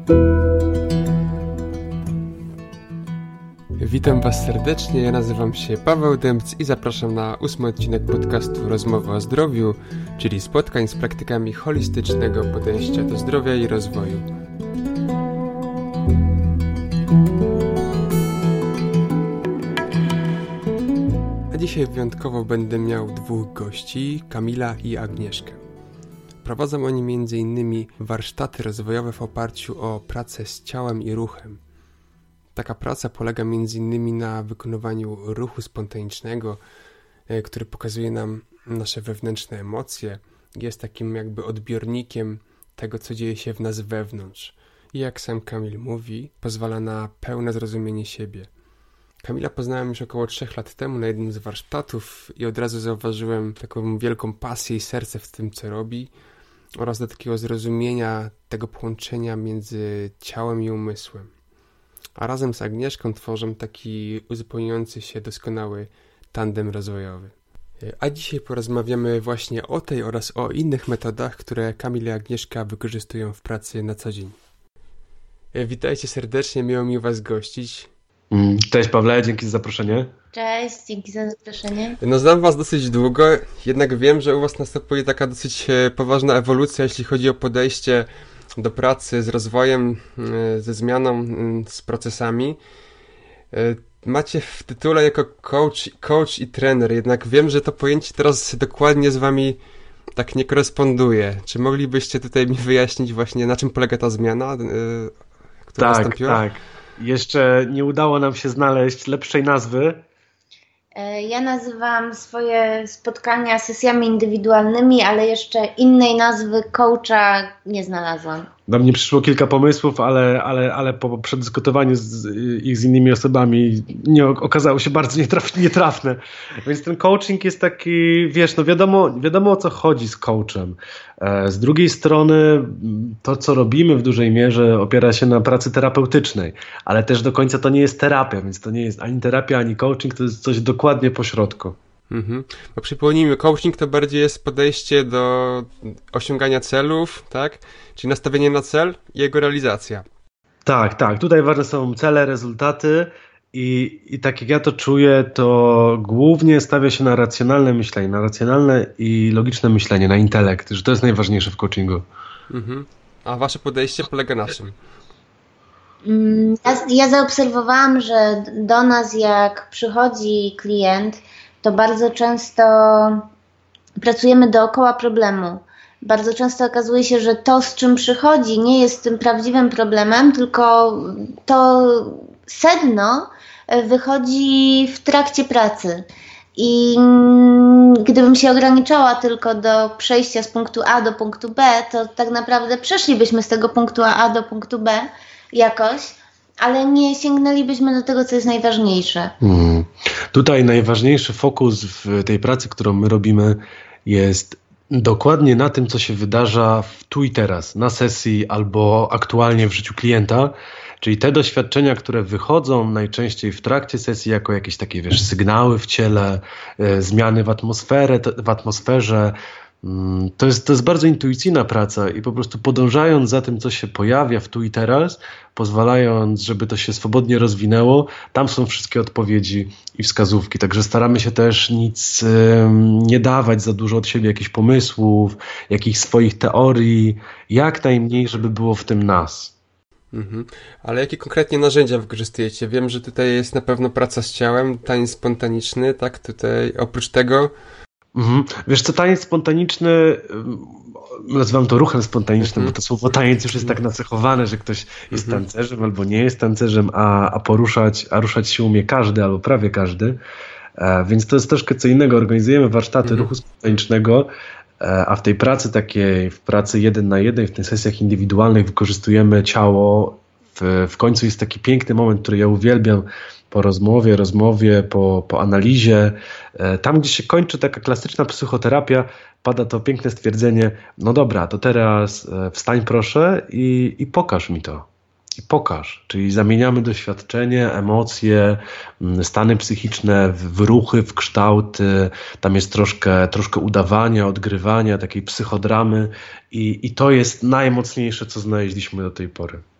Witam Was serdecznie, ja nazywam się Paweł Dębc i zapraszam na 8. odcinek podcastu Rozmowy o zdrowiu, czyli spotkań z praktykami holistycznego podejścia do zdrowia i rozwoju. A dzisiaj wyjątkowo będę miał dwóch gości, Kamila i Agnieszkę. Prowadzą oni m.in. warsztaty rozwojowe w oparciu o pracę z ciałem i ruchem. Taka praca polega m.in. na wykonywaniu ruchu spontanicznego, który pokazuje nam nasze wewnętrzne emocje. Jest takim jakby odbiornikiem tego, co dzieje się w nas wewnątrz. I jak sam Kamil mówi, pozwala na pełne zrozumienie siebie. Kamila poznałem już około 3 lat temu na jednym z warsztatów i od razu zauważyłem taką wielką pasję i serce w tym, co robi oraz do takiego zrozumienia tego połączenia między ciałem i umysłem. A razem z Agnieszką tworzą taki uzupełniający się doskonały tandem rozwojowy. A dzisiaj porozmawiamy właśnie o tej oraz o innych metodach, które Kamil i Agnieszka wykorzystują w pracy na co dzień. Witajcie serdecznie, miło mi Was gościć. Cześć Pawle, dzięki za zaproszenie. Cześć, dzięki za zaproszenie. Znam Was dosyć długo, jednak wiem, że u Was następuje taka dosyć poważna ewolucja, jeśli chodzi o podejście do pracy z rozwojem, ze zmianą, z procesami. Macie w tytule jako coach i trener, jednak wiem, że to pojęcie teraz dokładnie z Wami tak nie koresponduje. Czy moglibyście tutaj mi wyjaśnić właśnie, na czym polega ta zmiana, która nastąpiła? Tak. Jeszcze nie udało nam się znaleźć lepszej nazwy. Ja nazywam swoje spotkania sesjami indywidualnymi, ale jeszcze innej nazwy coacha nie znalazłam. Do mnie przyszło kilka pomysłów, ale po przedyskutowaniu ich z innymi osobami okazało się bardzo nietrafne. Więc ten coaching jest taki, wiesz, no wiadomo o co chodzi z coachem. Z drugiej strony to, co robimy w dużej mierze opiera się na pracy terapeutycznej, ale też do końca to nie jest terapia, więc to nie jest ani terapia, ani coaching, to jest coś dokładnie pośrodku. Bo przypomnijmy, coaching to bardziej jest podejście do osiągania celów, tak? Czyli nastawienie na cel i jego realizacja. Tak. Tutaj ważne są cele, rezultaty i tak jak ja to czuję, to głównie stawia się na racjonalne myślenie, na racjonalne i logiczne myślenie, na intelekt, że to jest najważniejsze w coachingu. A wasze podejście polega na czym? Ja zaobserwowałam, że do nas jak przychodzi klient, to bardzo często pracujemy dookoła problemu. Bardzo często okazuje się, że to, z czym przychodzi, nie jest tym prawdziwym problemem, tylko to sedno wychodzi w trakcie pracy. I gdybym się ograniczała tylko do przejścia z punktu A do punktu B, to tak naprawdę przeszlibyśmy z tego punktu A do punktu B jakoś, ale nie sięgnęlibyśmy do tego, co jest najważniejsze. Tutaj najważniejszy fokus w tej pracy, którą my robimy, jest dokładnie na tym, co się wydarza tu i teraz, na sesji albo aktualnie w życiu klienta, czyli te doświadczenia, które wychodzą najczęściej w trakcie sesji jako jakieś takie, wiesz, sygnały w ciele, zmiany w atmosferze. To jest bardzo intuicyjna praca i po prostu podążając za tym, co się pojawia w tu i teraz, pozwalając, żeby to się swobodnie rozwinęło, tam są wszystkie odpowiedzi i wskazówki. Także staramy się też nic nie dawać za dużo od siebie, jakichś pomysłów, jakichś swoich teorii, jak najmniej, żeby było w tym nas. Ale jakie konkretnie narzędzia wykorzystujecie? Wiem, że tutaj jest na pewno praca z ciałem, taniec spontaniczny, tak? Tutaj oprócz tego... Wiesz co, taniec spontaniczny, nazywam to ruchem spontanicznym, bo to słowo taniec już jest tak nacechowane, że ktoś jest tancerzem albo nie jest tancerzem, a ruszać się umie każdy albo prawie każdy, więc to jest troszkę co innego. Organizujemy warsztaty ruchu spontanicznego, a w tej pracy takiej, w pracy 1 na 1, w tych sesjach indywidualnych wykorzystujemy ciało. W końcu jest taki piękny moment, który ja uwielbiam, po rozmowie, po analizie. Tam, gdzie się kończy taka klasyczna psychoterapia, pada to piękne stwierdzenie: no dobra, to teraz wstań proszę i pokaż mi to. I pokaż. Czyli zamieniamy doświadczenie, emocje, stany psychiczne w ruchy, w kształty. Tam jest troszkę udawania, odgrywania, takiej psychodramy i to jest najmocniejsze, co znaleźliśmy do tej pory.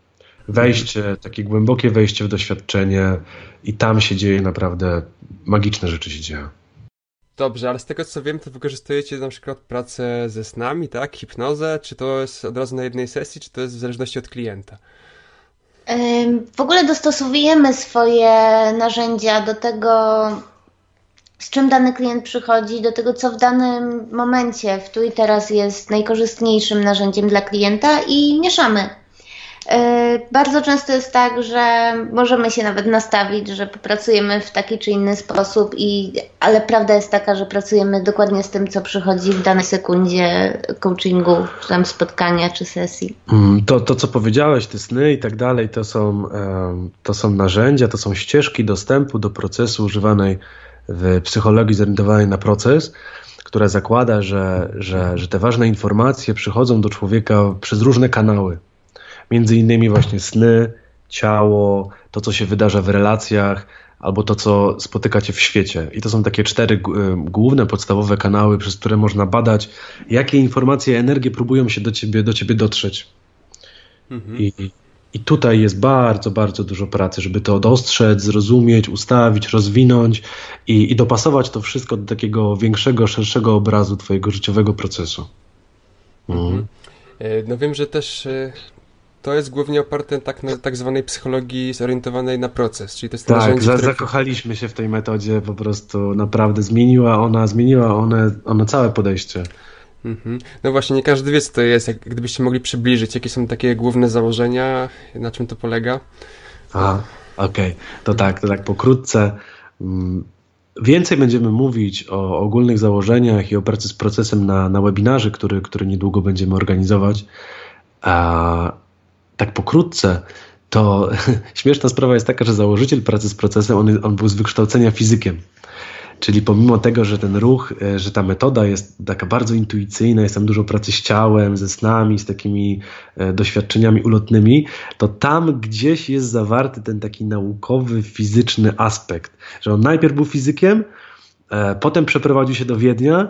wejście, takie głębokie wejście w doświadczenie i tam się dzieje naprawdę magiczne rzeczy się dzieją. Dobrze, ale z tego co wiem, to wykorzystujecie na przykład pracę ze snami, tak? Hipnozę? Czy to jest od razu na jednej sesji, czy to jest w zależności od klienta? W ogóle dostosowujemy swoje narzędzia do tego, z czym dany klient przychodzi, do tego, co w danym momencie, w tu i teraz jest najkorzystniejszym narzędziem dla klienta i mieszamy. Bardzo często jest tak, że możemy się nawet nastawić, że popracujemy w taki czy inny sposób, ale prawda jest taka, że pracujemy dokładnie z tym, co przychodzi w danej sekundzie coachingu, czy tam spotkania, czy sesji. To co powiedziałeś, te sny i tak dalej, to są narzędzia, to są ścieżki dostępu do procesu używanej w psychologii zorientowanej na proces, która zakłada, że te ważne informacje przychodzą do człowieka przez różne kanały. Między innymi właśnie sny, ciało, to co się wydarza w relacjach, albo to co spotykacie w świecie. I to są takie 4 główne, podstawowe kanały, przez które można badać, jakie informacje, energie próbują się do ciebie dotrzeć. I tutaj jest bardzo, bardzo dużo pracy, żeby to dostrzec, zrozumieć, ustawić, rozwinąć i dopasować to wszystko do takiego większego, szerszego obrazu twojego życiowego procesu. No wiem, że też to jest głównie oparte na tak zwanej psychologii zorientowanej na proces, czyli to jest narzędzie, zakochaliśmy się w tej metodzie, po prostu naprawdę zmieniła ona całe podejście. No właśnie, nie każdy wie, co to jest. Gdybyście mogli przybliżyć, jakie są takie główne założenia, na czym to polega? Okej. To tak pokrótce. Więcej będziemy mówić o ogólnych założeniach i o pracy z procesem na webinarze, który niedługo będziemy organizować. Tak pokrótce, to śmieszna sprawa jest taka, że założyciel pracy z procesem, on był z wykształcenia fizykiem. Czyli pomimo tego, że ten ruch, że ta metoda jest taka bardzo intuicyjna, jest tam dużo pracy z ciałem, ze snami, z takimi doświadczeniami ulotnymi, to tam gdzieś jest zawarty ten taki naukowy, fizyczny aspekt. Że on najpierw był fizykiem, potem przeprowadził się do Wiednia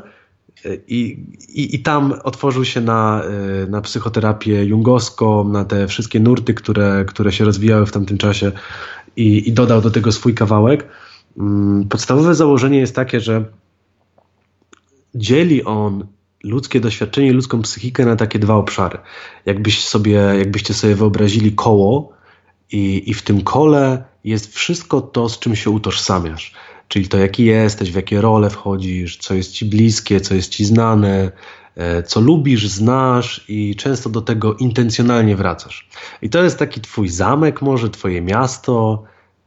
i tam otworzył się na psychoterapię jungowską, na te wszystkie nurty, które się rozwijały w tamtym czasie i dodał do tego swój kawałek. Podstawowe założenie jest takie, że dzieli on ludzkie doświadczenie, ludzką psychikę na takie 2 obszary. Jakbyście sobie wyobrazili koło i w tym kole jest wszystko to, z czym się utożsamiasz. Czyli to, jaki jesteś, w jakie role wchodzisz, co jest ci bliskie, co jest ci znane, co lubisz, znasz i często do tego intencjonalnie wracasz. I to jest taki twój zamek może, twoje miasto,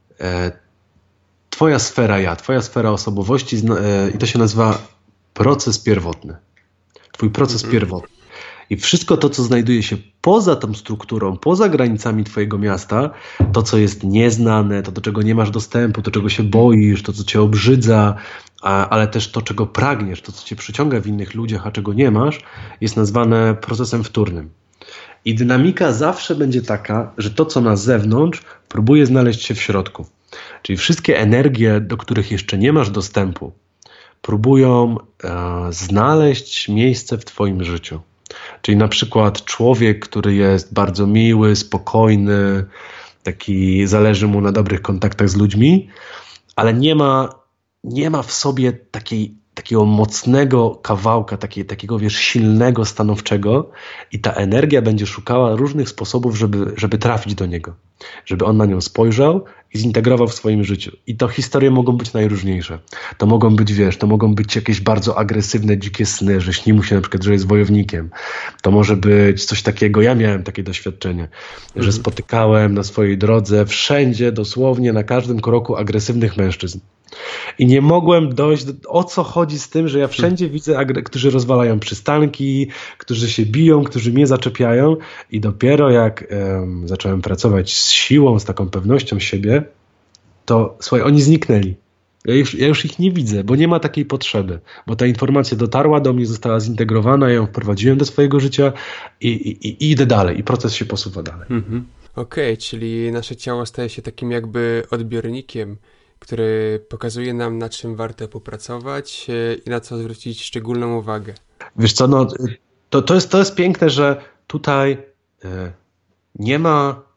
twoja sfera ja, twoja sfera osobowości i to się nazywa proces pierwotny. Twój proces pierwotny. I wszystko to, co znajduje się poza tą strukturą, poza granicami twojego miasta, to, co jest nieznane, to, do czego nie masz dostępu, to, czego się boisz, to, co cię obrzydza, ale też to, czego pragniesz, to, co cię przyciąga w innych ludziach, a czego nie masz, jest nazwane procesem wtórnym. I dynamika zawsze będzie taka, że to, co na zewnątrz, próbuje znaleźć się w środku. Czyli wszystkie energie, do których jeszcze nie masz dostępu, próbują znaleźć miejsce w twoim życiu. Czyli na przykład człowiek, który jest bardzo miły, spokojny, taki zależy mu na dobrych kontaktach z ludźmi, ale nie ma w sobie takiego mocnego kawałka, takiego silnego, stanowczego i ta energia będzie szukała różnych sposobów, żeby trafić do niego. Żeby on na nią spojrzał i zintegrował w swoim życiu. I to historie mogą być najróżniejsze. To mogą być jakieś bardzo agresywne, dzikie sny, że śni mu się na przykład, że jest wojownikiem. To może być coś takiego, ja miałem takie doświadczenie, że spotykałem na swojej drodze wszędzie, dosłownie na każdym kroku agresywnych mężczyzn. I nie mogłem dojść o co chodzi z tym, że ja wszędzie widzę, którzy rozwalają przystanki, którzy się biją, którzy mnie zaczepiają i dopiero jak zacząłem pracować z siłą, z taką pewnością siebie, to słuchaj, oni zniknęli. Ja już ich nie widzę, bo nie ma takiej potrzeby, bo ta informacja dotarła do mnie, została zintegrowana, ja ją wprowadziłem do swojego życia i idę dalej i proces się posuwa dalej. Okej, czyli nasze ciało staje się takim jakby odbiornikiem, który pokazuje nam, na czym warto popracować i na co zwrócić szczególną uwagę. Wiesz co, no, to jest piękne, że tutaj nie ma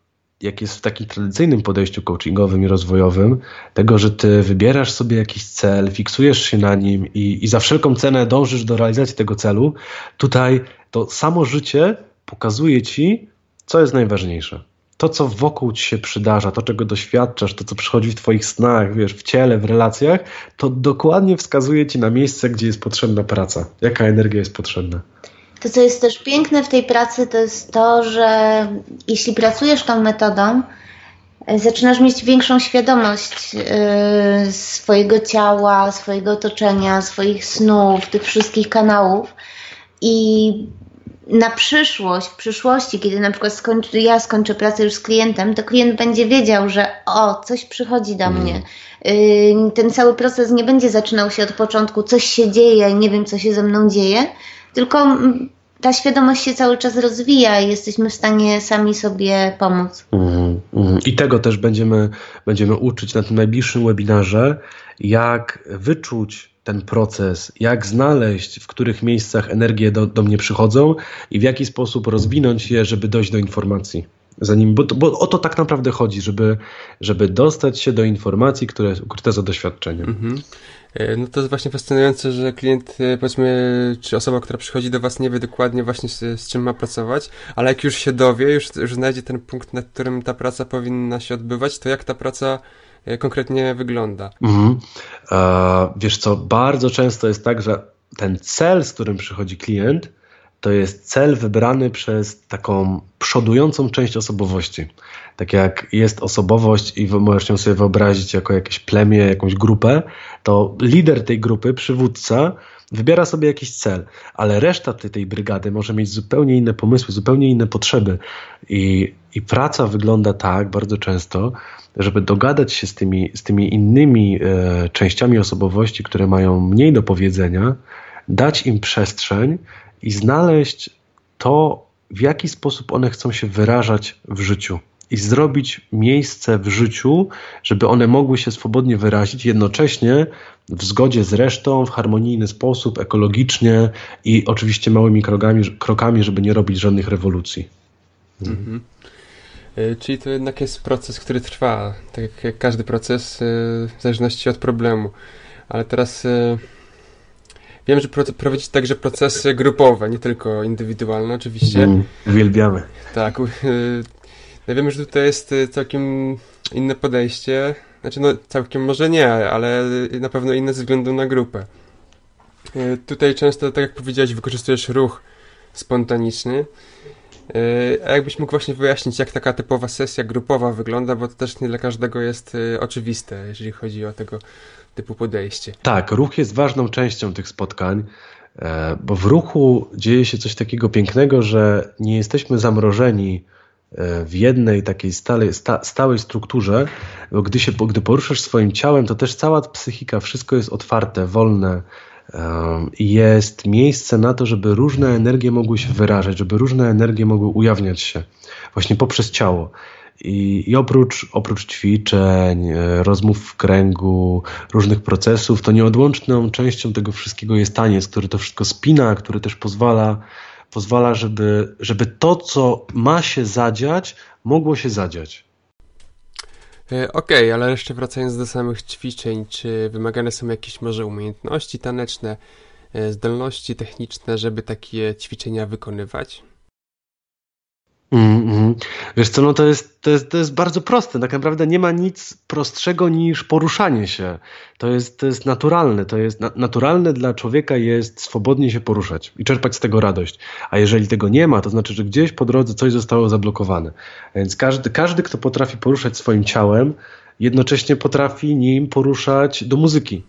jak jest w takim tradycyjnym podejściu coachingowym i rozwojowym, tego, że ty wybierasz sobie jakiś cel, fiksujesz się na nim i za wszelką cenę dążysz do realizacji tego celu, tutaj to samo życie pokazuje ci, co jest najważniejsze. To, co wokół ci się przydarza, to, czego doświadczasz, to, co przychodzi w twoich snach, wiesz, w ciele, w relacjach, to dokładnie wskazuje ci na miejsce, gdzie jest potrzebna praca, jaka energia jest potrzebna. To, co jest też piękne w tej pracy, to jest to, że jeśli pracujesz tą metodą, zaczynasz mieć większą świadomość swojego ciała, swojego otoczenia, swoich snów, tych wszystkich kanałów i na przyszłość, w przyszłości, kiedy na przykład ja skończę pracę już z klientem, to klient będzie wiedział, że coś przychodzi do mnie. Ten cały proces nie będzie zaczynał się od początku, coś się dzieje i nie wiem, co się ze mną dzieje, tylko ta świadomość się cały czas rozwija i jesteśmy w stanie sami sobie pomóc. I tego też będziemy uczyć na tym najbliższym webinarze, jak wyczuć ten proces, jak znaleźć, w których miejscach energie do mnie przychodzą i w jaki sposób rozwinąć je, żeby dojść do informacji. Bo o to tak naprawdę chodzi, żeby dostać się do informacji, które jest ukryte za doświadczeniem. No to jest właśnie fascynujące, że klient, powiedzmy, czy osoba, która przychodzi do was, nie wie dokładnie właśnie z czym ma pracować, ale jak już się dowie, już znajdzie ten punkt, nad którym ta praca powinna się odbywać, to jak ta praca konkretnie wygląda? Wiesz co, bardzo często jest tak, że ten cel, z którym przychodzi klient, to jest cel wybrany przez taką przodującą część osobowości. Tak jak jest osobowość i możesz ją sobie wyobrazić jako jakieś plemię, jakąś grupę, to lider tej grupy, przywódca, wybiera sobie jakiś cel, ale reszta tej brygady może mieć zupełnie inne pomysły, zupełnie inne potrzeby. I praca wygląda tak bardzo często, żeby dogadać się z tymi innymi częściami osobowości, które mają mniej do powiedzenia, dać im przestrzeń i znaleźć to, w jaki sposób one chcą się wyrażać w życiu. I zrobić miejsce w życiu, żeby one mogły się swobodnie wyrazić, jednocześnie w zgodzie z resztą, w harmonijny sposób, ekologicznie i oczywiście małymi krokami, żeby nie robić żadnych rewolucji. Czyli to jednak jest proces, który trwa, tak jak każdy proces, w zależności od problemu. Ale teraz wiem, że prowadzić także procesy grupowe, nie tylko indywidualne oczywiście. Uwielbiamy. Tak. No wiemy, że tutaj jest całkiem inne podejście. Znaczy, no całkiem może nie, ale na pewno inne ze względu na grupę. Tutaj często, tak jak powiedziałeś, wykorzystujesz ruch spontaniczny. A jakbyś mógł właśnie wyjaśnić, jak taka typowa sesja grupowa wygląda, bo to też nie dla każdego jest oczywiste, jeżeli chodzi o tego typu podejście. Tak, ruch jest ważną częścią tych spotkań, bo w ruchu dzieje się coś takiego pięknego, że nie jesteśmy zamrożeni w jednej takiej stałej strukturze, bo gdy poruszasz swoim ciałem, to też cała psychika, wszystko jest otwarte, wolne i jest miejsce na to, żeby różne energie mogły się wyrażać, żeby różne energie mogły ujawniać się właśnie poprzez ciało. I oprócz ćwiczeń, rozmów w kręgu, różnych procesów, to nieodłączną częścią tego wszystkiego jest taniec, który to wszystko spina, który też pozwala, żeby to, co ma się zadziać, mogło się zadziać. Okej, ale jeszcze wracając do samych ćwiczeń, czy wymagane są jakieś może umiejętności taneczne, zdolności techniczne, żeby takie ćwiczenia wykonywać? Wiesz co, no to jest bardzo proste. Tak naprawdę nie ma nic prostszego niż poruszanie się. To jest naturalne. To jest naturalne dla człowieka jest swobodnie się poruszać i czerpać z tego radość. A jeżeli tego nie ma, to znaczy, że gdzieś po drodze coś zostało zablokowane. Więc każdy, kto potrafi poruszać swoim ciałem, jednocześnie potrafi nim poruszać do muzyki.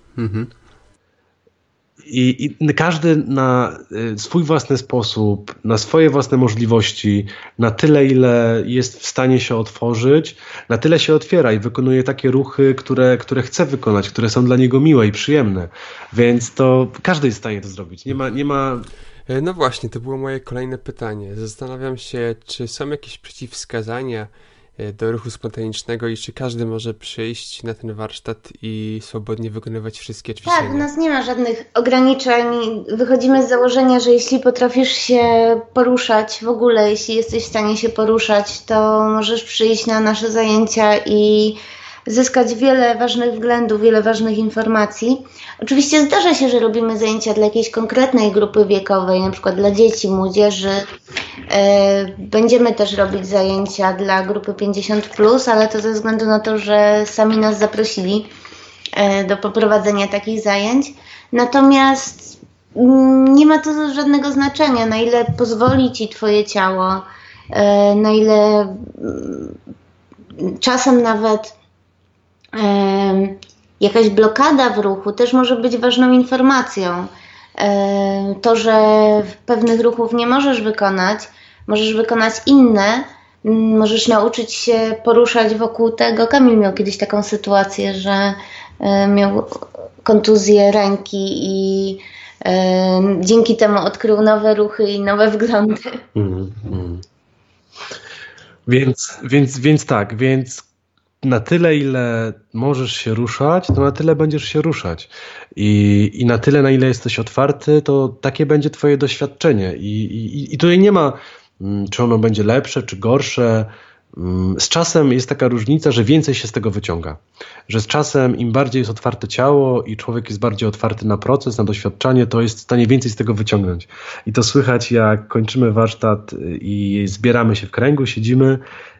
I każdy na swój własny sposób, na swoje własne możliwości, na tyle, ile jest w stanie się otworzyć, na tyle się otwiera i wykonuje takie ruchy, które chce wykonać, które są dla niego miłe i przyjemne. Więc to każdy jest w stanie to zrobić. Nie ma... No właśnie, to było moje kolejne pytanie. Zastanawiam się, czy są jakieś przeciwwskazania, do ruchu spontanicznego i czy każdy może przyjść na ten warsztat i swobodnie wykonywać wszystkie ćwiczenia? Tak, u nas nie ma żadnych ograniczeń. Wychodzimy z założenia, że jeśli potrafisz się poruszać w ogóle, jeśli jesteś w stanie się poruszać, to możesz przyjść na nasze zajęcia i zyskać wiele ważnych wglądów, wiele ważnych informacji. Oczywiście zdarza się, że robimy zajęcia dla jakiejś konkretnej grupy wiekowej, na przykład dla dzieci, młodzieży. Będziemy też robić zajęcia dla grupy 50+, ale to ze względu na to, że sami nas zaprosili do poprowadzenia takich zajęć. Natomiast nie ma to żadnego znaczenia, na ile pozwoli Ci Twoje ciało, na ile czasem nawet jakaś blokada w ruchu też może być ważną informacją. To, że pewnych ruchów nie możesz wykonać inne, możesz nauczyć się poruszać wokół tego. Kamil miał kiedyś taką sytuację, że miał kontuzję ręki i dzięki temu odkrył nowe ruchy i nowe wglądy. Więc na tyle, ile możesz się ruszać, to na tyle będziesz się ruszać. I na tyle, na ile jesteś otwarty, to takie będzie twoje doświadczenie. I tutaj nie ma, czy ono będzie lepsze, czy gorsze. Z czasem jest taka różnica, że więcej się z tego wyciąga. Że z czasem im bardziej jest otwarte ciało i człowiek jest bardziej otwarty na proces, na doświadczanie, to jest w stanie więcej z tego wyciągnąć. I to słychać, jak kończymy warsztat i zbieramy się w kręgu, siedzimy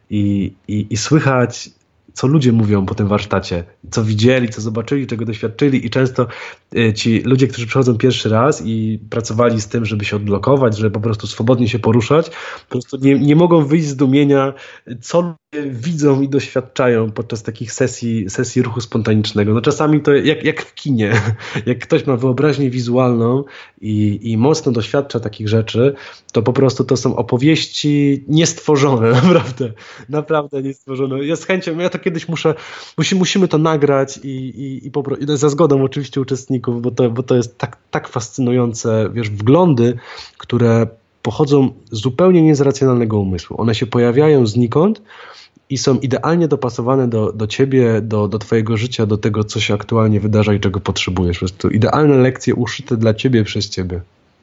i słychać, co ludzie mówią po tym warsztacie, co widzieli, co zobaczyli, czego doświadczyli i często ci ludzie, którzy przychodzą pierwszy raz i pracowali z tym, żeby się odblokować, żeby po prostu swobodnie się poruszać, po prostu nie mogą wyjść z zdumienia, co ludzie widzą i doświadczają podczas takich sesji ruchu spontanicznego. No czasami to jak w kinie, jak ktoś ma wyobraźnię wizualną i mocno doświadcza takich rzeczy, to po prostu to są opowieści niestworzone, naprawdę niestworzone. Ja z chęcią, ja to kiedyś musimy to nagrać i za zgodą oczywiście uczestników, bo to jest tak fascynujące, wiesz, wglądy, które pochodzą zupełnie nie z racjonalnego umysłu. One się pojawiają znikąd i są idealnie dopasowane do ciebie, do twojego życia, do tego, co się aktualnie wydarza i czego potrzebujesz. Po prostu idealne lekcje uszyte dla ciebie przez ciebie.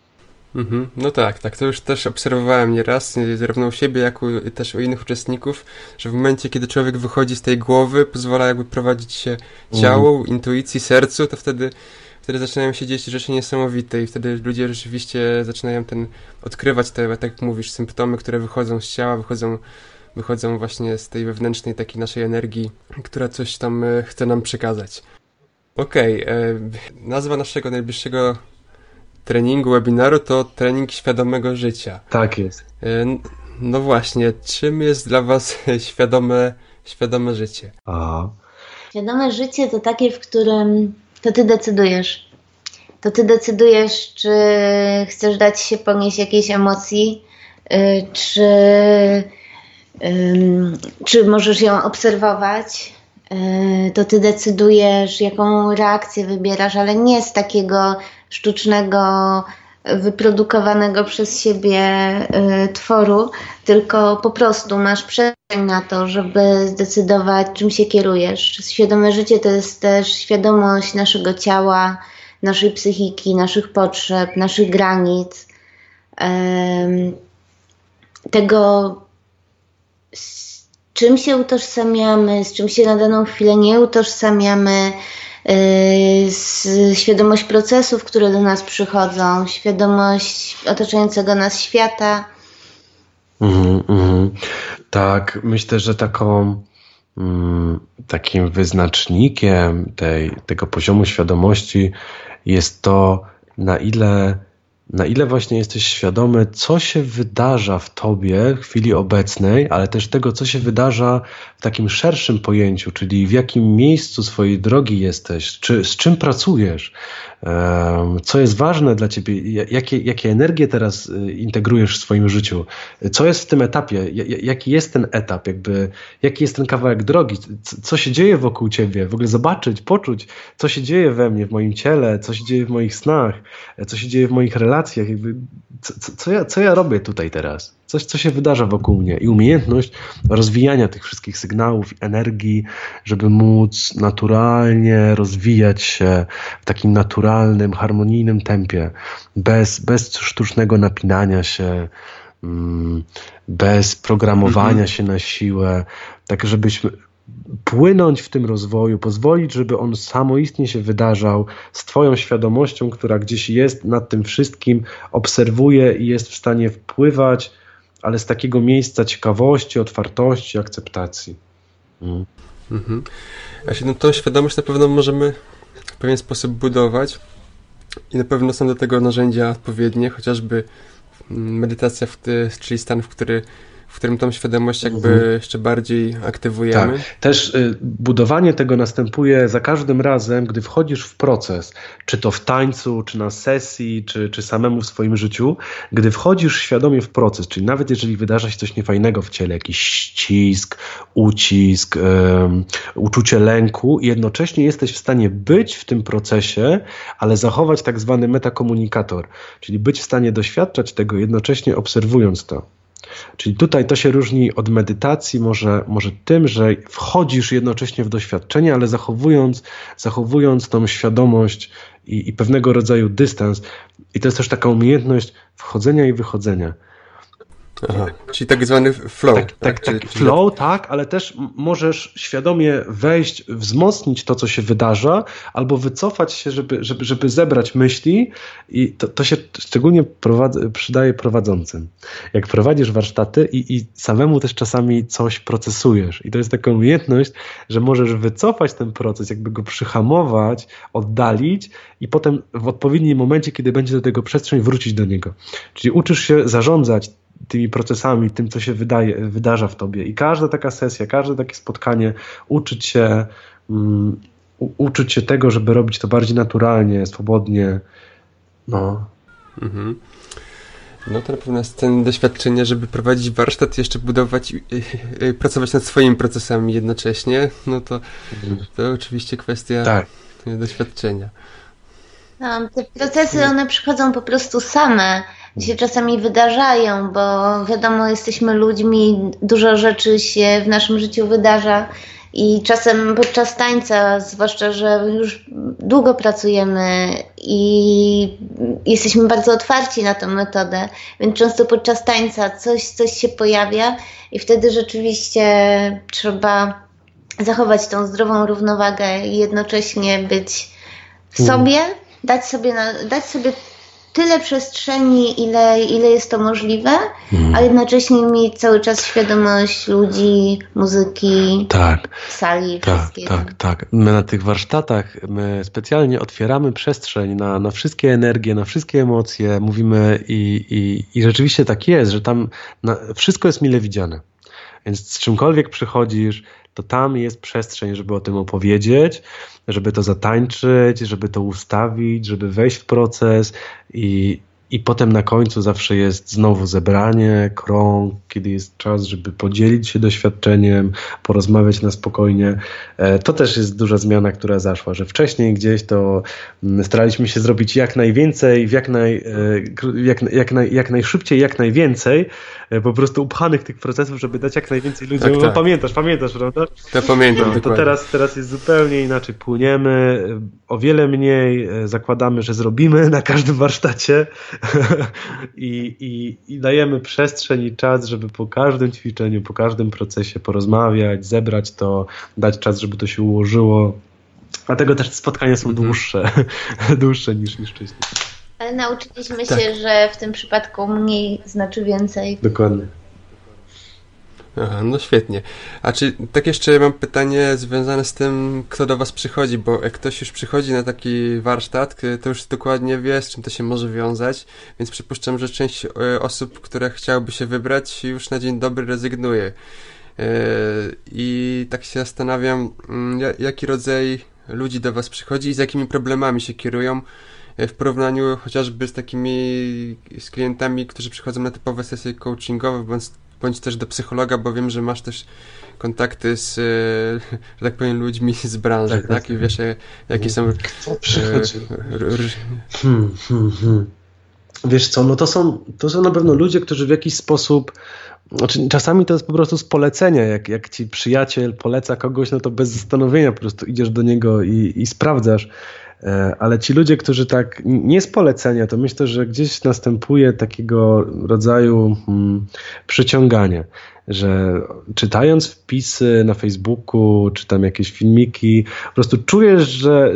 No tak, to już też obserwowałem nieraz, zarówno u siebie, jak też u innych uczestników, że w momencie, kiedy człowiek wychodzi z tej głowy, pozwala jakby prowadzić się ciału, intuicji, sercu, to wtedy zaczynają się dziać rzeczy niesamowite i wtedy ludzie rzeczywiście zaczynają odkrywać te, tak jak mówisz, symptomy, które wychodzą z ciała, wychodzą właśnie z tej wewnętrznej takiej naszej energii, która coś tam chce nam przekazać. Okej, nazwa naszego najbliższego treningu, webinaru to trening świadomego życia. Tak jest. No właśnie, czym jest dla was świadome życie? Świadome życie to takie, w którym to ty decydujesz. To ty decydujesz, czy chcesz dać się ponieść jakiejś emocji, czy możesz ją obserwować. To ty decydujesz, jaką reakcję wybierasz, ale nie z takiego sztucznego, wyprodukowanego przez siebie tworu, tylko po prostu masz przestrzeń na to, żeby zdecydować, czym się kierujesz. Świadome życie to jest też świadomość naszego ciała, naszej psychiki, naszych potrzeb, naszych granic, tego, z czym się utożsamiamy, z czym się na daną chwilę nie utożsamiamy, świadomość procesów, które do nas przychodzą, świadomość otaczającego nas świata. Tak, myślę, że takim wyznacznikiem tego poziomu świadomości jest to, na ile właśnie jesteś świadomy, co się wydarza w tobie w chwili obecnej, ale też tego, co się wydarza w takim szerszym pojęciu, czyli w jakim miejscu swojej drogi jesteś, z czym pracujesz, co jest ważne dla ciebie, jakie energie teraz integrujesz w swoim życiu, co jest w tym etapie, jaki jest ten etap, jaki jest ten kawałek drogi, co się dzieje wokół ciebie, w ogóle zobaczyć, poczuć, co się dzieje we mnie, w moim ciele, co się dzieje w moich snach, co się dzieje w moich relacjach, co ja robię tutaj teraz, coś, co się wydarza wokół mnie i umiejętność rozwijania tych wszystkich sygnałów, energii, żeby móc naturalnie rozwijać się w takim naturalnym, harmonijnym tempie, bez sztucznego napinania się, bez programowania się na siłę, tak żebyśmy płynąć w tym rozwoju, pozwolić, żeby on samoistnie się wydarzał z twoją świadomością, która gdzieś jest nad tym wszystkim, obserwuje i jest w stanie wpływać, ale z takiego miejsca ciekawości, otwartości, akceptacji. No, tą świadomość na pewno możemy w pewien sposób budować i na pewno są do tego narzędzia odpowiednie, chociażby medytacja, czyli stan, w którym tą świadomość jakby jeszcze bardziej aktywujemy. Tak. Też budowanie tego następuje za każdym razem, gdy wchodzisz w proces, czy to w tańcu, czy na sesji, czy samemu w swoim życiu, gdy wchodzisz świadomie w proces, czyli nawet jeżeli wydarza się coś niefajnego w ciele, jakiś ścisk, ucisk, uczucie lęku, i jednocześnie jesteś w stanie być w tym procesie, ale zachować tak zwany metakomunikator, czyli być w stanie doświadczać tego, jednocześnie obserwując to. Czyli tutaj to się różni od medytacji może tym, że wchodzisz jednocześnie w doświadczenie, ale zachowując tą świadomość i pewnego rodzaju dystans. I to jest też taka umiejętność wchodzenia i wychodzenia. Aha, czyli tak zwany flow. Flow, tak, ale też możesz świadomie wejść, wzmocnić to, co się wydarza, albo wycofać się, żeby zebrać myśli, i to się szczególnie przydaje prowadzącym. Jak prowadzisz warsztaty i samemu też czasami coś procesujesz. I to jest taka umiejętność, że możesz wycofać ten proces, jakby go przyhamować, oddalić i potem w odpowiednim momencie, kiedy będzie do tego przestrzeń, wrócić do niego. Czyli uczysz się zarządzać tymi procesami, tym, co się wydarza w tobie. I każda taka sesja, każde takie spotkanie uczyć się tego, żeby robić to bardziej naturalnie, swobodnie. No. No to na pewno jest ten doświadczenie, żeby prowadzić warsztat i jeszcze budować, pracować nad swoimi procesami jednocześnie, no to oczywiście kwestia doświadczenia. No, te procesy, one przychodzą po prostu same, się czasami wydarzają, bo wiadomo, jesteśmy ludźmi, dużo rzeczy się w naszym życiu wydarza i czasem podczas tańca, zwłaszcza, że już długo pracujemy i jesteśmy bardzo otwarci na tę metodę, więc często podczas tańca coś się pojawia i wtedy rzeczywiście trzeba zachować tą zdrową równowagę i jednocześnie być w sobie, dać sobie tyle przestrzeni, ile jest to możliwe, a jednocześnie mieć cały czas świadomość ludzi, muzyki, sali, wszystkiego. Tak. My na tych warsztatach specjalnie otwieramy przestrzeń na wszystkie energie, na wszystkie emocje, mówimy i rzeczywiście tak jest, że tam wszystko jest mile widziane. Więc z czymkolwiek przychodzisz, to tam jest przestrzeń, żeby o tym opowiedzieć, żeby to zatańczyć, żeby to ustawić, żeby wejść w proces i potem na końcu zawsze jest znowu zebranie, krąg, kiedy jest czas, żeby podzielić się doświadczeniem, porozmawiać na spokojnie. To też jest duża zmiana, która zaszła, że wcześniej gdzieś to staraliśmy się zrobić jak najwięcej, jak najszybciej, jak najwięcej, po prostu upchanych tych procesów, żeby dać jak najwięcej ludziom. Tak. Pamiętasz, prawda? Ja pamiętam. No, to teraz jest zupełnie inaczej. Płyniemy, o wiele mniej zakładamy, że zrobimy na każdym warsztacie i dajemy przestrzeń i czas, żeby po każdym ćwiczeniu, po każdym procesie porozmawiać, zebrać to, dać czas, żeby to się ułożyło. Dlatego też spotkania są dłuższe niż wcześniej. Ale nauczyliśmy się, że w tym przypadku mniej znaczy więcej. Dokładnie. Aha, no świetnie. A czy tak jeszcze mam pytanie związane z tym, kto do was przychodzi, bo jak ktoś już przychodzi na taki warsztat, to już dokładnie wie, z czym to się może wiązać, więc przypuszczam, że część osób, które chciałyby się wybrać, już na dzień dobry rezygnuje. I tak się zastanawiam, jaki rodzaj ludzi do was przychodzi i z jakimi problemami się kierują w porównaniu chociażby z klientami, którzy przychodzą na typowe sesje coachingowe, bądź też do psychologa, bo wiem, że masz też kontakty z, że tak powiem, ludźmi z branży, tak? I wiesz, jakie są... wiesz co, no to są na pewno ludzie, którzy w jakiś sposób, znaczy czasami to jest po prostu z polecenia, jak ci przyjaciel poleca kogoś, no to bez zastanowienia po prostu idziesz do niego i sprawdzasz. Ale ci ludzie, którzy tak nie z polecenia, to myślę, że gdzieś następuje takiego rodzaju przyciąganie, że czytając wpisy na Facebooku, czy tam jakieś filmiki, po prostu czujesz, że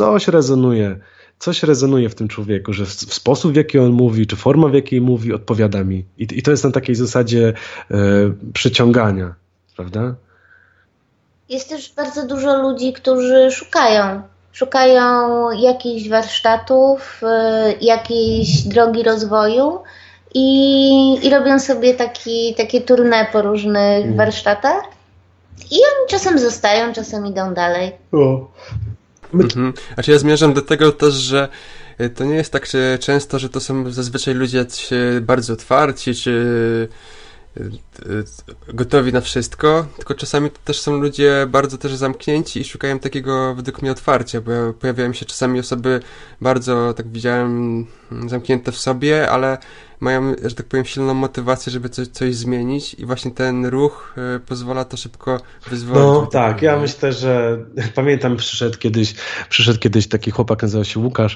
coś rezonuje w tym człowieku, że w sposób, w jaki on mówi, czy forma, w jakiej mówi, odpowiada mi. I to jest na takiej zasadzie przyciągania, prawda? Jest też bardzo dużo ludzi, którzy szukają jakichś warsztatów, jakiejś drogi rozwoju i robią sobie takie tournée po różnych warsztatach i oni czasem zostają, czasem idą dalej. Znaczy ja zmierzam do tego też, że to nie jest tak że często, że to są zazwyczaj ludzie bardzo otwarci, czy gotowi na wszystko, tylko czasami to też są ludzie bardzo też zamknięci i szukają takiego według mnie otwarcia, bo pojawiają się czasami osoby bardzo, tak widziałem, zamknięte w sobie, ale mają, że tak powiem, silną motywację, żeby coś zmienić i właśnie ten ruch pozwala to szybko wyzwolić. No tak, ja myślę, że pamiętam, przyszedł kiedyś taki chłopak, nazywał się Łukasz,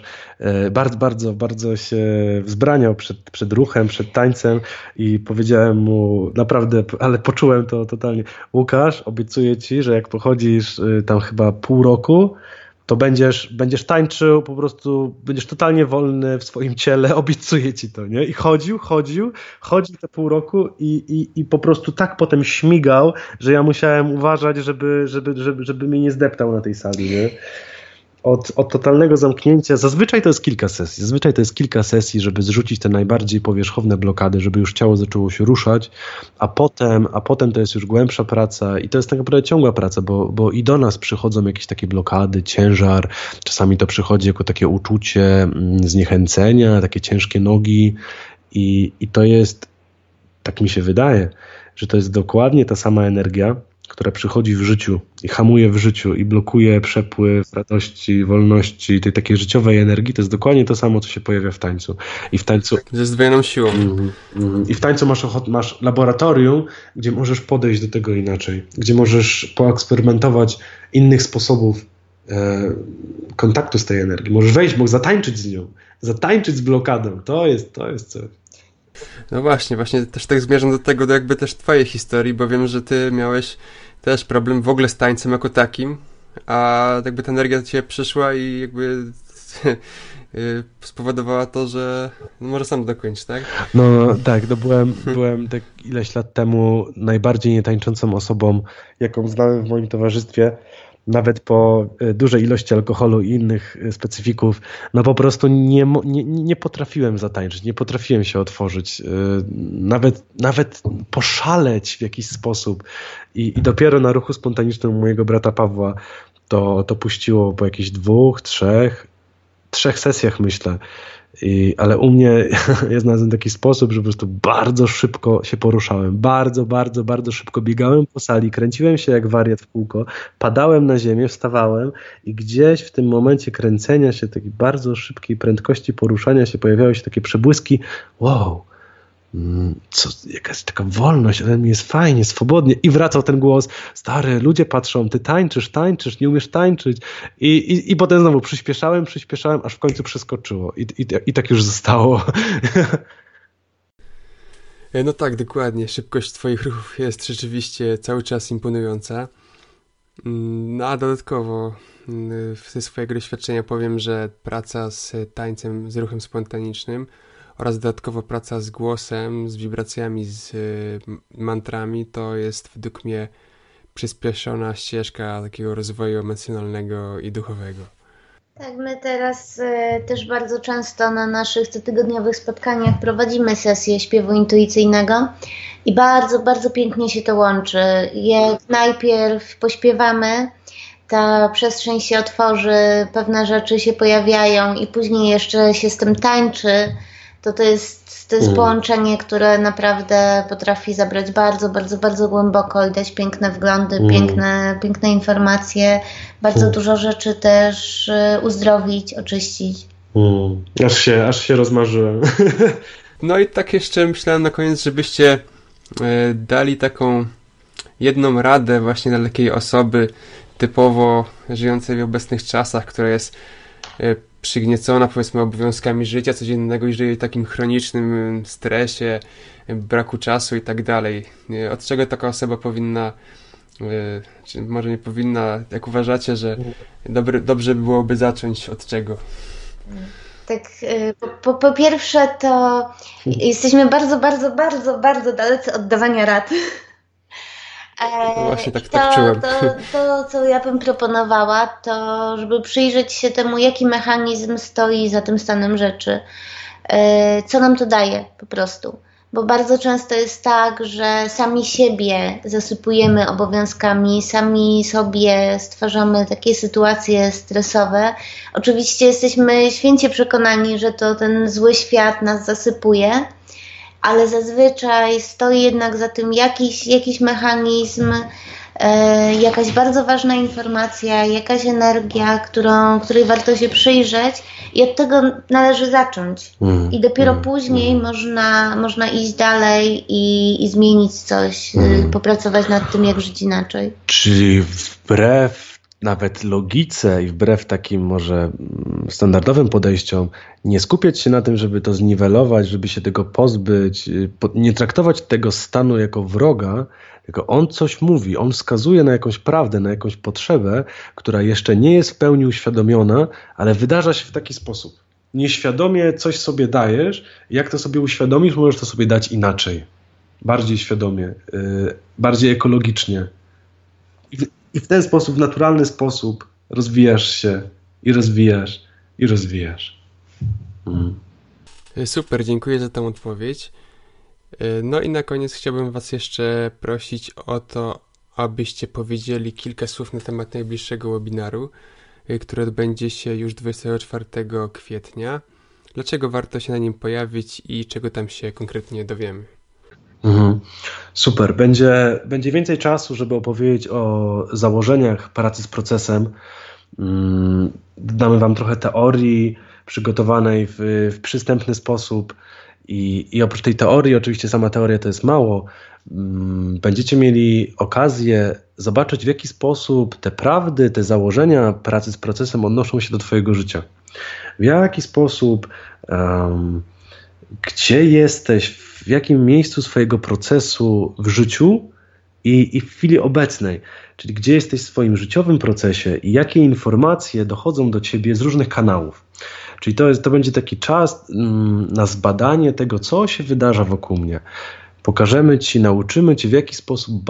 bardzo się wzbraniał przed ruchem, przed tańcem i powiedziałem mu naprawdę, ale poczułem to totalnie, Łukasz, obiecuję ci, że jak pochodzisz tam chyba pół roku, to będziesz tańczył, po prostu będziesz totalnie wolny w swoim ciele, obiecuję ci to, nie? I chodził te pół roku i po prostu tak potem śmigał, że ja musiałem uważać, żeby mnie nie zdeptał na tej sali, nie? Od totalnego zamknięcia, zazwyczaj to jest kilka sesji, żeby zrzucić te najbardziej powierzchowne blokady, żeby już ciało zaczęło się ruszać, a potem to jest już głębsza praca i to jest tak naprawdę ciągła praca, bo i do nas przychodzą jakieś takie blokady, ciężar, czasami to przychodzi jako takie uczucie zniechęcenia, takie ciężkie nogi i to jest, tak mi się wydaje, że to jest dokładnie ta sama energia, która przychodzi w życiu i hamuje w życiu i blokuje przepływ radości, wolności, tej takiej życiowej energii, to jest dokładnie to samo, co się pojawia w tańcu. I w tańcu ze zdwojoną siłą. I w tańcu masz laboratorium, gdzie możesz podejść do tego inaczej, gdzie możesz poeksperymentować innych sposobów kontaktu z tej energii. Możesz wejść, zatańczyć z nią, zatańczyć z blokadą. To jest coś. No właśnie też tak zmierzam do tego, jakby też twojej historii, bo wiem, że ty miałeś też problem w ogóle z tańcem jako takim, a jakby ta energia do ciebie przyszła i jakby spowodowała to, że może sam dokończyć, tak? No tak, byłem tak ileś lat temu najbardziej nietańczącą osobą, jaką znałem w moim towarzystwie. Nawet po dużej ilości alkoholu i innych specyfików, no po prostu nie potrafiłem zatańczyć, nie potrafiłem się otworzyć, nawet poszaleć w jakiś sposób. I dopiero na ruchu spontanicznym mojego brata Pawła to puściło po jakichś 2, 3 sesjach, myślę. Ale u mnie ja znalazłem taki sposób, że po prostu bardzo szybko się poruszałem. Bardzo szybko biegałem po sali, kręciłem się jak wariat w kółko, padałem na ziemię, wstawałem i gdzieś w tym momencie kręcenia się, takiej bardzo szybkiej prędkości poruszania się pojawiały się takie przebłyski. Wow, jakaś taka wolność, ale mi jest fajnie, swobodnie. I wracał ten głos, stary, ludzie patrzą, ty tańczysz, nie umiesz tańczyć. I potem znowu przyspieszałem, aż w końcu przeskoczyło. I tak już zostało. No tak, dokładnie. Szybkość twoich ruchów jest rzeczywiście cały czas imponująca. No a dodatkowo ze swojego doświadczenia powiem, że praca z tańcem, z ruchem spontanicznym oraz dodatkowo praca z głosem, z wibracjami, z mantrami, to jest według mnie przyspieszona ścieżka takiego rozwoju emocjonalnego i duchowego. Tak, my teraz też bardzo często na naszych cotygodniowych spotkaniach prowadzimy sesję śpiewu intuicyjnego i bardzo pięknie się to łączy. Jak najpierw pośpiewamy, ta przestrzeń się otworzy, pewne rzeczy się pojawiają i później jeszcze się z tym tańczy, to jest połączenie, które naprawdę potrafi zabrać bardzo głęboko i dać piękne wglądy, piękne informacje, bardzo dużo rzeczy też uzdrowić, oczyścić. Aż się rozmarzyłem. No i tak jeszcze myślałem na koniec, żebyście dali taką jedną radę właśnie dla takiej osoby typowo żyjącej w obecnych czasach, która jest przygniecona, powiedzmy, obowiązkami życia codziennego i żyje w takim chronicznym stresie, braku czasu i tak dalej. Od czego taka osoba powinna, czy może nie powinna, jak uważacie, że dobrze byłoby zacząć od czego? Tak, po pierwsze to jesteśmy bardzo, bardzo, bardzo, bardzo dalecy od dawania rad. No właśnie tak czułem. To, co ja bym proponowała, to żeby przyjrzeć się temu, jaki mechanizm stoi za tym stanem rzeczy. Co nam to daje po prostu. Bo bardzo często jest tak, że sami siebie zasypujemy obowiązkami, sami sobie stwarzamy takie sytuacje stresowe. Oczywiście jesteśmy święcie przekonani, że to ten zły świat nas zasypuje, ale zazwyczaj stoi jednak za tym jakiś mechanizm, jakaś bardzo ważna informacja, jakaś energia, której warto się przyjrzeć i od tego należy zacząć. I dopiero później można iść dalej i zmienić coś, popracować nad tym, jak żyć inaczej. Czyli wbrew nawet logice i wbrew takim może standardowym podejściom, nie skupiać się na tym, żeby to zniwelować, żeby się tego pozbyć, nie traktować tego stanu jako wroga, tylko on coś mówi, on wskazuje na jakąś prawdę, na jakąś potrzebę, która jeszcze nie jest w pełni uświadomiona, ale wydarza się w taki sposób. Nieświadomie coś sobie dajesz, jak to sobie uświadomisz, możesz to sobie dać inaczej. Bardziej świadomie, bardziej ekologicznie. I w ten sposób, w naturalny sposób rozwijasz się i rozwijasz i rozwijasz. Super, dziękuję za tę odpowiedź. No i na koniec chciałbym was jeszcze prosić o to, abyście powiedzieli kilka słów na temat najbliższego webinaru, który odbędzie się już 24 kwietnia. Dlaczego warto się na nim pojawić i czego tam się konkretnie dowiemy? Super. Będzie więcej czasu, żeby opowiedzieć o założeniach pracy z procesem. Damy wam trochę teorii przygotowanej w przystępny sposób i oprócz tej teorii, oczywiście sama teoria to jest mało, będziecie mieli okazję zobaczyć, w jaki sposób te prawdy, te założenia pracy z procesem odnoszą się do twojego życia. W jaki sposób, gdzie jesteś, w jakim miejscu swojego procesu w życiu i w chwili obecnej, czyli gdzie jesteś w swoim życiowym procesie i jakie informacje dochodzą do ciebie z różnych kanałów. Czyli to będzie taki czas na zbadanie tego, co się wydarza wokół mnie. Pokażemy ci, nauczymy cię, w jaki sposób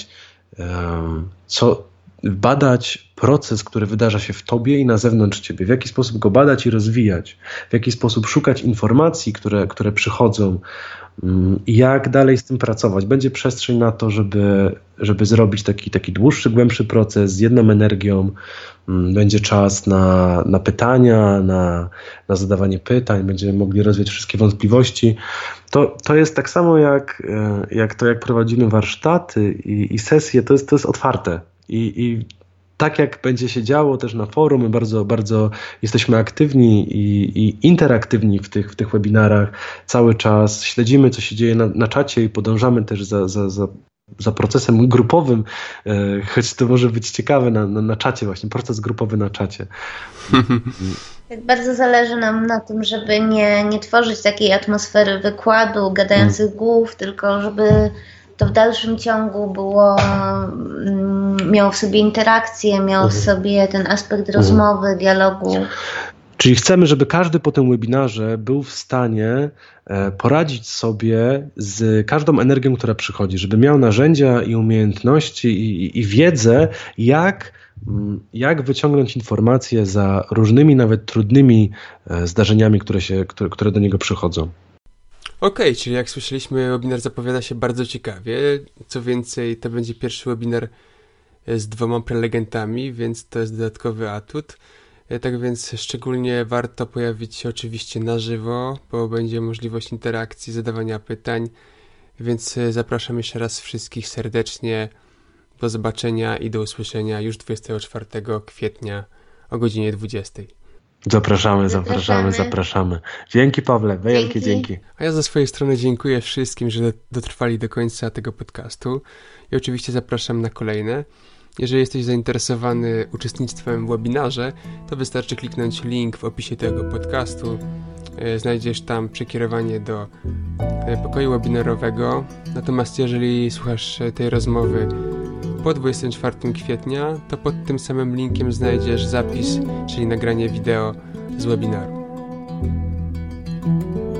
badać proces, który wydarza się w tobie i na zewnątrz ciebie, w jaki sposób go badać i rozwijać, w jaki sposób szukać informacji, które przychodzą i jak dalej z tym pracować. Będzie przestrzeń na to, żeby zrobić taki dłuższy, głębszy proces z jedną energią. Będzie czas na pytania, na zadawanie pytań, będziemy mogli rozwiać wszystkie wątpliwości. To jest tak samo jak prowadzimy warsztaty i sesje, to jest otwarte. I tak jak będzie się działo też na forum, my bardzo, bardzo jesteśmy aktywni i interaktywni w tych webinarach cały czas. Śledzimy, co się dzieje na czacie i podążamy też za procesem grupowym, choć to może być ciekawe na czacie właśnie, proces grupowy na czacie. Bardzo zależy nam na tym, żeby nie tworzyć takiej atmosfery wykładu, gadających głów, tylko żeby to w dalszym ciągu miało w sobie interakcję, miało w sobie ten aspekt rozmowy, dialogu. Czyli chcemy, żeby każdy po tym webinarze był w stanie poradzić sobie z każdą energią, która przychodzi, żeby miał narzędzia i umiejętności i wiedzę, jak wyciągnąć informacje za różnymi, nawet trudnymi zdarzeniami, które do niego przychodzą. Okej, czyli jak słyszeliśmy, webinar zapowiada się bardzo ciekawie. Co więcej, to będzie pierwszy webinar z 2 prelegentami, więc to jest dodatkowy atut. Tak więc szczególnie warto pojawić się oczywiście na żywo, bo będzie możliwość interakcji, zadawania pytań, więc zapraszam jeszcze raz wszystkich serdecznie. Do zobaczenia i do usłyszenia już 24 kwietnia o godzinie 20. Zapraszamy. Dzięki, Pawle, wielkie dzięki. A ja ze swojej strony dziękuję wszystkim, że dotrwali do końca tego podcastu i oczywiście zapraszam na kolejne. Jeżeli jesteś zainteresowany uczestnictwem w webinarze, to wystarczy kliknąć link w opisie tego podcastu. Znajdziesz tam przekierowanie do pokoju webinarowego. Natomiast jeżeli słuchasz tej rozmowy po 24 kwietnia, to pod tym samym linkiem znajdziesz zapis, czyli nagranie wideo z webinaru.